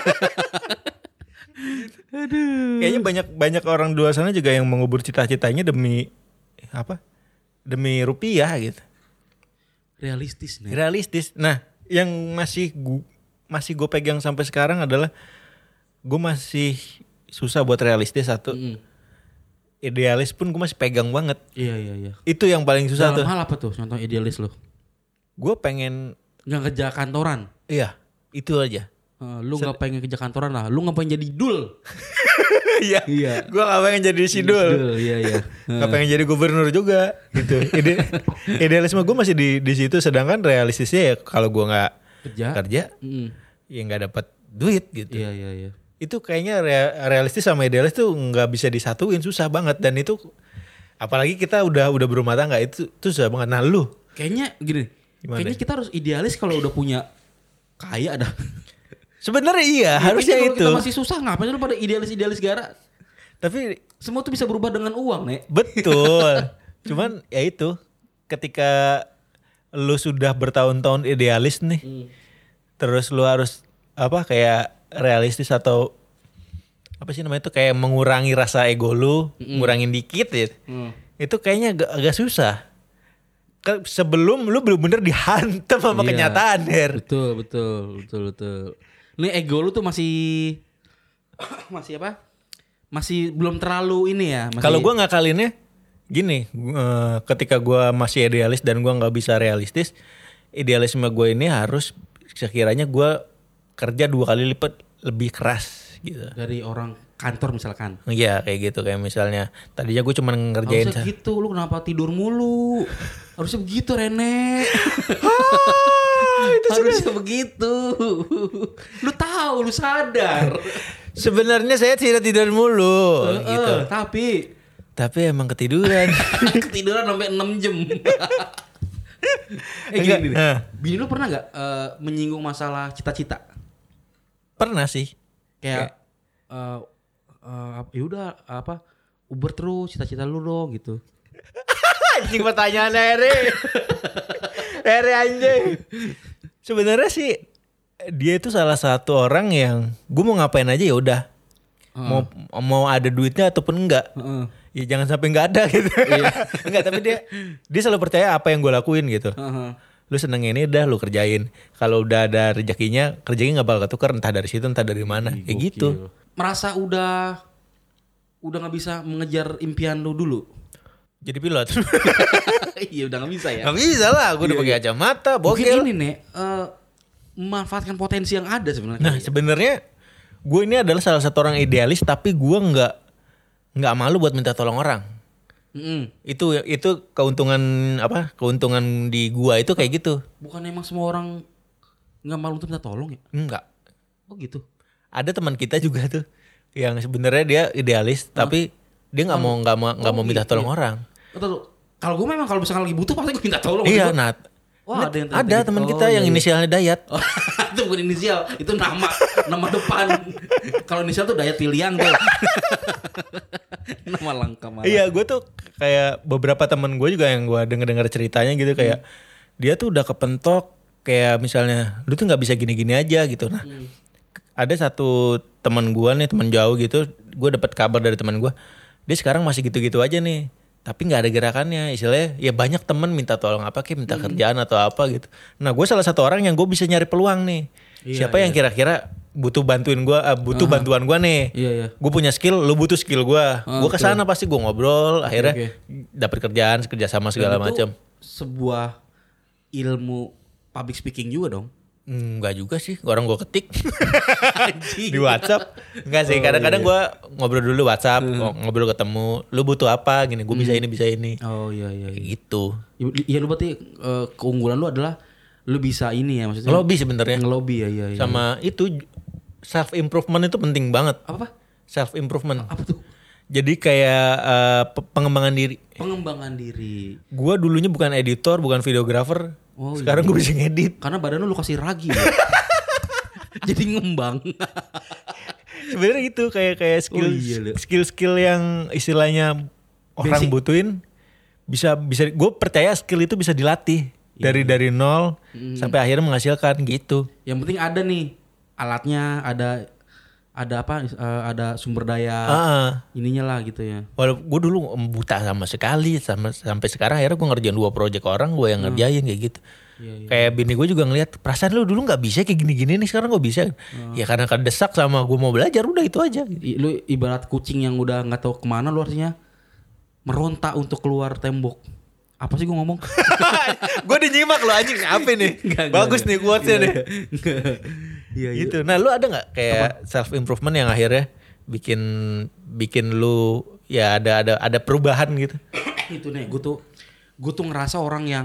Aduh. Kayaknya banyak banyak orang di luar sana juga yang mengubur cita-citanya demi apa? Demi rupiah gitu. Realistis nih. Realistis. Nah, yang masih gu, masih gue pegang sampai sekarang adalah gue masih susah buat realistis satu. Mm. Idealis pun gue masih pegang banget. Iya iya iya. Itu yang paling susah Dalam tuh. hal apa tuh? Contoh idealis lo? Gue pengen, Nggak kerja kantoran. iya itu aja. Eh, lu nggak pengen kerja kantoran lah. Lu nggak pengen jadi dul. Iya. Iya. Gue gak pengen jadi sidul. Iya iya. Gak pengen jadi gubernur juga gitu. Ide, idealisme gue masih di di situ. Sedangkan realistisnya ya kalau gue nggak Kerja. kerja, Mm. ya nggak dapat duit gitu. Iya iya iya. Itu kayaknya rea- realistis sama idealis tuh nggak bisa disatuin, susah banget. Dan itu apalagi kita udah udah berumah tangga itu tuh susah banget. Nah lu Kayaknya gini. Gimana? Kayaknya kita harus idealis kalau udah punya kaya dah. sebenarnya iya Ya, harusnya kayaknya itu. kalau kita masih susah ngapain lu pada idealis-idealis gara. Tapi Semua tuh bisa berubah dengan uang, Nek. betul. Cuman ya itu ketika lu sudah bertahun-tahun idealis nih, Hmm. terus lu harus apa kayak realistis atau apa sih namanya itu kayak mengurangi rasa ego lu, ngurangin dikit ya. Hmm. Itu kayaknya agak, agak susah. Ke- Sebelum lu bener-bener dihantam sama Iya. kenyataan, Her. Betul, betul, betul, betul. Ini ego lu tuh masih masih apa? Masih belum terlalu ini ya. Masih... Kalau gua ngakalinnya gini, eh, ketika gue masih idealis dan gue nggak bisa realistis, idealisme gue ini harus sekiranya gue kerja dua kali lipat lebih keras gitu. Dari orang kantor misalkan. Iya kayak gitu, kayak misalnya tadinya gue cuma ngerjain. Harusnya gitu, lu kenapa tidur mulu? Harusnya begitu Rene. Ah, itu Harusnya begitu. Lu tahu, lu sadar. Sebenarnya saya tidak tidur mulu Uh, gitu. uh, tapi Tapi emang ketiduran. ketiduran sampai enam jam. eh Enggak, gini, gini. eh. Bini lu pernah gak uh, menyinggung masalah cita-cita? Pernah sih. Kayak uh, uh, ya udah apa Uber terus cita-cita lu dong gitu. Anjing pertanyaan Ere. Ere anjing. Sebenarnya sih dia itu salah satu orang yang gue mau ngapain aja ya udah. Uh. Mau mau ada duitnya ataupun enggak. Uh-uh. Ya jangan sampai enggak ada gitu. Enggak, tapi dia dia selalu percaya apa yang gue lakuin gitu. Uh-huh. Lu seneng ini udah lu kerjain. Kalau udah ada rezekinya, rezekinya enggak bakal ketukar entah dari situ entah dari mana. Ih, Kayak gokil. gitu. Merasa udah udah nggak bisa mengejar impian lu dulu. Jadi pilot. Iya udah nggak bisa ya. Gak bisa lah, gue udah Iya, pakai iya. kacamata, Mungkin bokil. ini nih eh, memanfaatkan potensi yang ada sebenarnya. Nah sebenarnya gue ini adalah salah satu orang idealis, tapi gue nggak nggak malu buat minta tolong orang. Mm-mm. Itu itu keuntungan apa? Keuntungan di gua itu kayak gitu. Bukan emang semua orang nggak malu untuk minta tolong ya? Enggak. Oh gitu. Ada teman kita juga tuh yang sebenarnya dia idealis, tapi dia nggak mau nggak mau nggak Oh, mau minta gitu tolong ya? orang. Betul. Kalau gue memang kalau misalkan lagi butuh pasti gue minta tolong. Iya, Maksud gua, nah. wah, ada yang ada ternyata gitu. teman Oh, kita iya, yang iya. inisialnya Dayat. Oh, itu bukan inisial, itu nama nama depan. Kalau inisial tuh Dayat pilihan tuh. Nama lengkap malah. Iya, gue tuh kayak beberapa teman gue juga yang gue denger-dengar ceritanya gitu kayak dia tuh udah kepentok kayak misalnya lu tuh nggak bisa gini-gini aja gitu. Nah, Hmm. ada satu teman gue nih, teman jauh gitu, gue dapat kabar dari teman gue, dia sekarang masih gitu-gitu aja nih, tapi nggak ada gerakannya. Istilahnya ya banyak temen minta tolong apa kayak minta kerjaan atau apa gitu. Nah, gue salah satu orang yang gue bisa nyari peluang nih. Iya, Siapa yang kira-kira butuh bantuin gue, uh, butuh Aha. bantuan gue nih. Iya, iya. Gue punya skill, lu butuh skill gue. Ah, gue betul. kesana pasti gue ngobrol, akhirnya oke. dapat kerjaan, kerjasama segala Dan itu macam. sebuah ilmu public speaking juga dong. Enggak juga sih, orang gue ketik Anjing. di WhatsApp. Enggak sih, Oh, kadang-kadang iya. gue ngobrol dulu WhatsApp, ngobrol ketemu, lu butuh apa gini, gue bisa ini bisa ini. Oh iya iya. Kayak Iya, gitu. ya, lu berarti eh, keunggulan lu adalah lu bisa ini ya maksudnya. Ngelobi sebenarnya. Ngelobi ya iya. iya. Sama itu self improvement itu penting banget. apa apa? Self improvement. Apa tuh? Jadi kayak eh, pe- pengembangan diri. Pengembangan diri. Gue dulunya bukan editor, bukan videographer. Oh, Sekarang iya. gue bisa ngedit. Karena badan lu kasih ragi. Ya? Jadi ngembang. Sebenarnya gitu kayak kayak skill Oh, iya, Le. skill-skill yang istilahnya orang Basic. butuhin bisa bisa gue percaya skill itu bisa dilatih dari dari nol sampai akhirnya menghasilkan gitu. Yang penting ada nih alatnya, ada ada apa? eh, ada sumber daya Ah, ininya lah gitu ya. walaupun gue dulu buta sama sekali sama sampai sekarang akhirnya gue ngerjain dua project orang gue yang ngerjain kayak gitu. Iya, iya. Kayak bini gue juga ngeliat perasaan lu dulu nggak bisa kayak gini-gini nih sekarang gue bisa. Ya karena kedesak sama gue mau belajar udah itu aja. I- Lu ibarat kucing yang udah nggak tahu kemana lu artinya meronta untuk keluar tembok. Apa sih gue ngomong? Gue udah nyimak lo anjing apa nih? Enggak, enggak, Bagus enggak. nih quotesnya nih. Iya iya. Gitu. Nah, lu ada nggak kayak self improvement yang akhirnya bikin bikin lu ya ada ada ada perubahan gitu? Itu nih gue tuh gue tuh ngerasa orang yang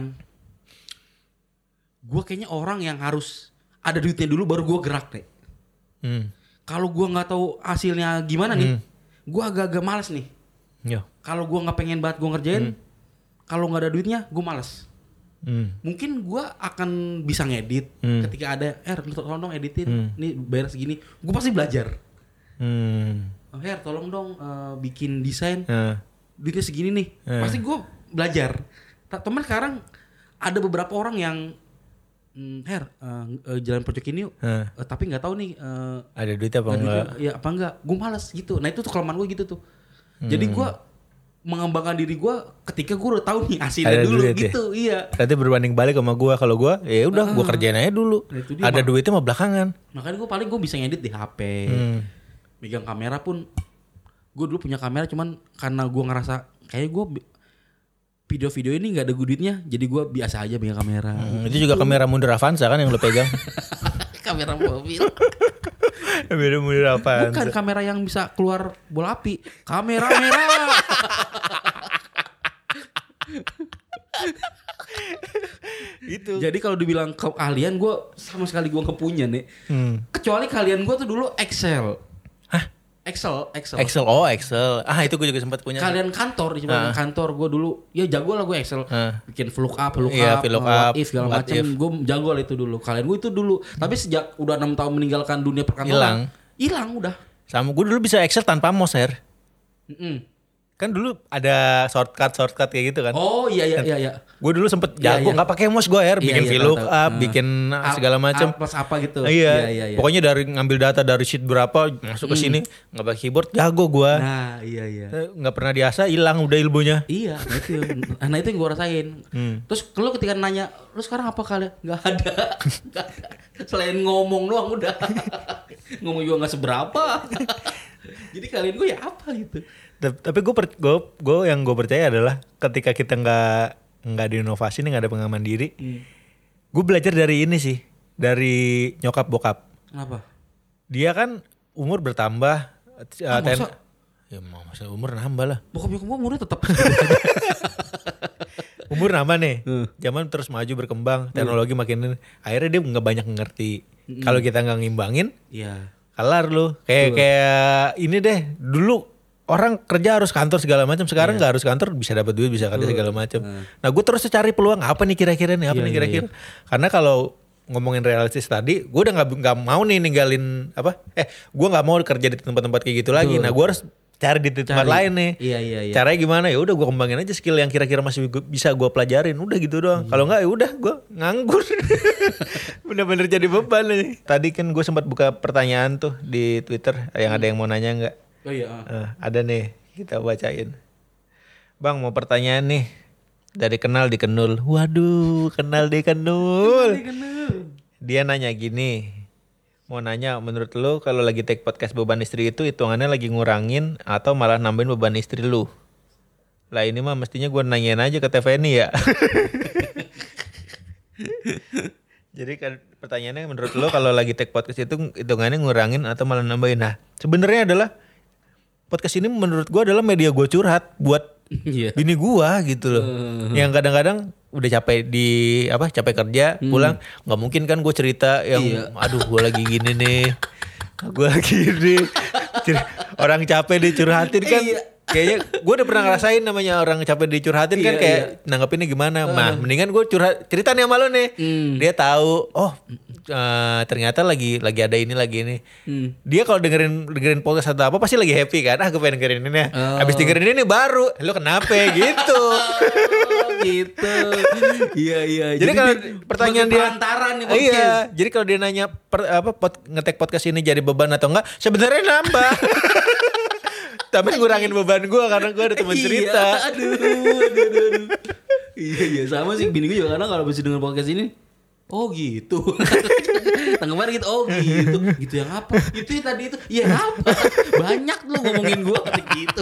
gue kayaknya orang yang harus ada duitnya dulu baru gue gerak deh. Hmm. Kalau gue nggak tahu hasilnya gimana nih, gue agak-agak malas nih. Yo. Kalau gue nggak pengen banget gue ngerjain, kalau nggak ada duitnya gue malas. Hmm. Mungkin gue akan bisa ngedit Hmm. ketika ada, eh lu tolong dong editin, Hmm. nih bayar segini, gue pasti belajar. Hmm. Oh, Her tolong dong eh, bikin desain, Nah. duitnya segini nih, Hmm. pasti gue belajar. Ta- Teman sekarang ada beberapa orang yang, hmm, Her eh, eh, jalan project ini yuk, Nah. Eh, tapi nggak tahu nih eh, Ada duit apa nggak enggak? duitnya, ya apa enggak, gue malas gitu. Nah itu tuh kelemahan gue gitu tuh. Hmm. Jadi gue mengembangkan diri gue ketika gue udah tahu nih Ada hasilnya dulu duit ya? gitu, iya. Berarti berbanding balik sama gua. Kalau gua ya udah gua kerjain aja dulu. Nah, itu dia, Ada Mak. duitnya mah belakangan. Makanya gue paling gue bisa ngedit di H P, Hmm. megang kamera pun. Gue dulu punya kamera cuman karena gue ngerasa kayak gue video-video ini nggak ada guditnya, jadi gue biasa aja pegang kamera. Hmm, itu juga kamera mundur Avanza kan yang lo pegang. Kamera mobil. Kamera mundur Avanza. Bukan kamera yang bisa keluar bola api. Kamera merah. Itu. Jadi kalau dibilang keahlian gue sama sekali gue nggak punya nih. Hmm. Kecuali kalian gue tuh dulu Excel. Hah? Excel, Excel. Excel, oh Excel. Ah itu gue juga sempat punya. Kalian kantor, cuma uh. kantor gue dulu. Ya jago lah gue Excel. Uh. Bikin lookup, lookup, iya, look what up, if segala macam. Gue jago lah itu dulu. Kalian gue itu dulu. Hmm. Tapi sejak udah enam tahun meninggalkan dunia perkantoran, hilang, hilang udah. Sama gue dulu bisa Excel tanpa mouse, Her. Mm-mm. Kan dulu ada shortcut shortcut kayak gitu kan. Oh iya iya iya. iya. Gue dulu sempet jago nggak iya, iya. pakai mouse gue Her, bikin iya, iya, VLOOKUP, uh, bikin uh, segala macam. Plus apa gitu. Iya. Iya, iya, iya. Pokoknya dari ngambil data dari sheet berapa masuk ke sini mm. nggak pakai keyboard jago gue. Nah iya iya. Nggak pernah diasah, hilang udah ilmunya. Iya, nah itu, nah itu yang gue rasain. Hmm. Terus lu ketika nanya, lu sekarang apa kalian? Nggak ada. Nggak ada. Selain ngomong doang udah. Ngomong juga nggak seberapa. Jadi kalian gue ya apa gitu. Tapi gue gue gue yang gue percaya adalah ketika kita nggak nggak diinovasi nih, nggak ada pengaman diri, hmm. gue belajar dari ini sih, dari nyokap bokap. Kenapa? Dia kan umur bertambah. Ah, uh, ten, masa? Ya mau masa umur nambah lah. Bokap bokap umurnya tetap. Umur nambah nih, hmm. zaman terus maju berkembang, teknologi hmm. makin, akhirnya dia nggak banyak ngerti. Hmm. Kalau kita nggak ngimbangin, ya. Kelar lu. Kayak Betul. kayak ini deh dulu. Orang kerja harus kantor segala macam, sekarang nggak yeah. harus kantor, bisa dapat duit, bisa kerja segala macam. Uh. Nah, gue terus cari peluang apa nih kira-kira nih, apa yeah, nih kira-kira. Yeah, yeah. Karena kalau ngomongin realistis tadi, gue udah nggak nggak mau nih ninggalin apa? Eh, gue nggak mau kerja di tempat-tempat kayak gitu lagi. Nah, gue harus cari di tempat cari. lain nih. Iya iya iya. Caranya gimana? Ya udah gue kembangin aja skill yang kira-kira masih gua, bisa gue pelajarin. Udah gitu doang. Hmm. Kalau nggak ya udah gue nganggur. Bener-bener jadi beban nih. Tadi kan gue sempat buka pertanyaan tuh di Twitter, yang hmm. ada yang mau nanya nggak? Oh iya. Uh, ada nih, kita bacain. Bang, mau pertanyaan nih. Dari kenal di kenul. Waduh, kenal di kenul. Dia nanya gini. Mau nanya, menurut lu kalau lagi take podcast beban istri itu hitungannya lagi ngurangin atau malah nambahin beban istri lu? Lah ini mah mestinya gue nanyain aja ke T V N ya. Jadi kan pertanyaannya, menurut lu kalau lagi take podcast itu hitungannya ngurangin atau malah nambahin? Nah, sebenarnya adalah podcast ini menurut gue adalah media gue curhat buat yeah. bini gue gitu loh. Uh. Yang kadang-kadang udah capek di apa capek kerja hmm. pulang, nggak mungkin kan gue cerita yang iya. aduh gue lagi gini nih, gue lagi gini. Orang capek dicurhatin kan. Iya. Kayaknya gue udah pernah ngerasain namanya orang capek dicurhatin kan, iya, kayak iya. nanggepinnya gimana. Uh. Nah mendingan gue curhat cerita nih sama lo nih. Hmm. Dia tahu oh uh, ternyata lagi lagi ada ini lagi ini. Hmm. Dia kalau dengerin dengerin podcast atau apa pasti lagi happy kan. Ah gue pengen dengerin ini. Oh. Habis dengerin ini baru lo kenapa gitu. Gitu. Iya iya. Jadi, jadi kalau pertanyaan dia nih, iya. Jadi kalau dia nanya per, apa pot, ngetek podcast ini jadi beban atau enggak? Sebenarnya nambah. Tapi ngurangin beban gue karena gue ada teman cerita. Iya, aduh, aduh, aduh, aduh. Iya iya sama sih bini gue juga kadang kalau bisa denger podcast ini. Oh gitu. Tanggapan gitu. Oh gitu. Gitu yang apa? Itu ya tadi itu. Iya apa? Banyak lu ngomongin gue gitu.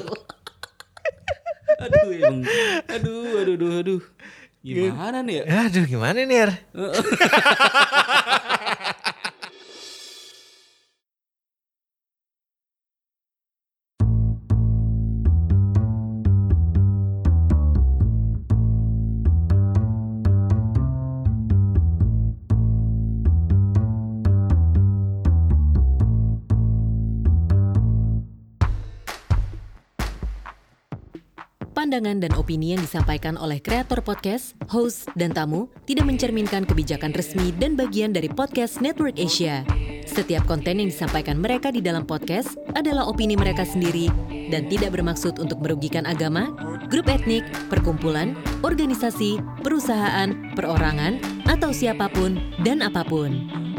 Aduh emang. Aduh aduh aduh aduh. Gimana nih ya? Aduh gimana nih ya? Pandangan dan opini yang disampaikan oleh kreator podcast, host, dan tamu tidak mencerminkan kebijakan resmi dan bagian dari podcast Network Asia. Setiap konten yang disampaikan mereka di dalam podcast adalah opini mereka sendiri dan tidak bermaksud untuk merugikan agama, grup etnik, perkumpulan, organisasi, perusahaan, perorangan, atau siapapun dan apapun.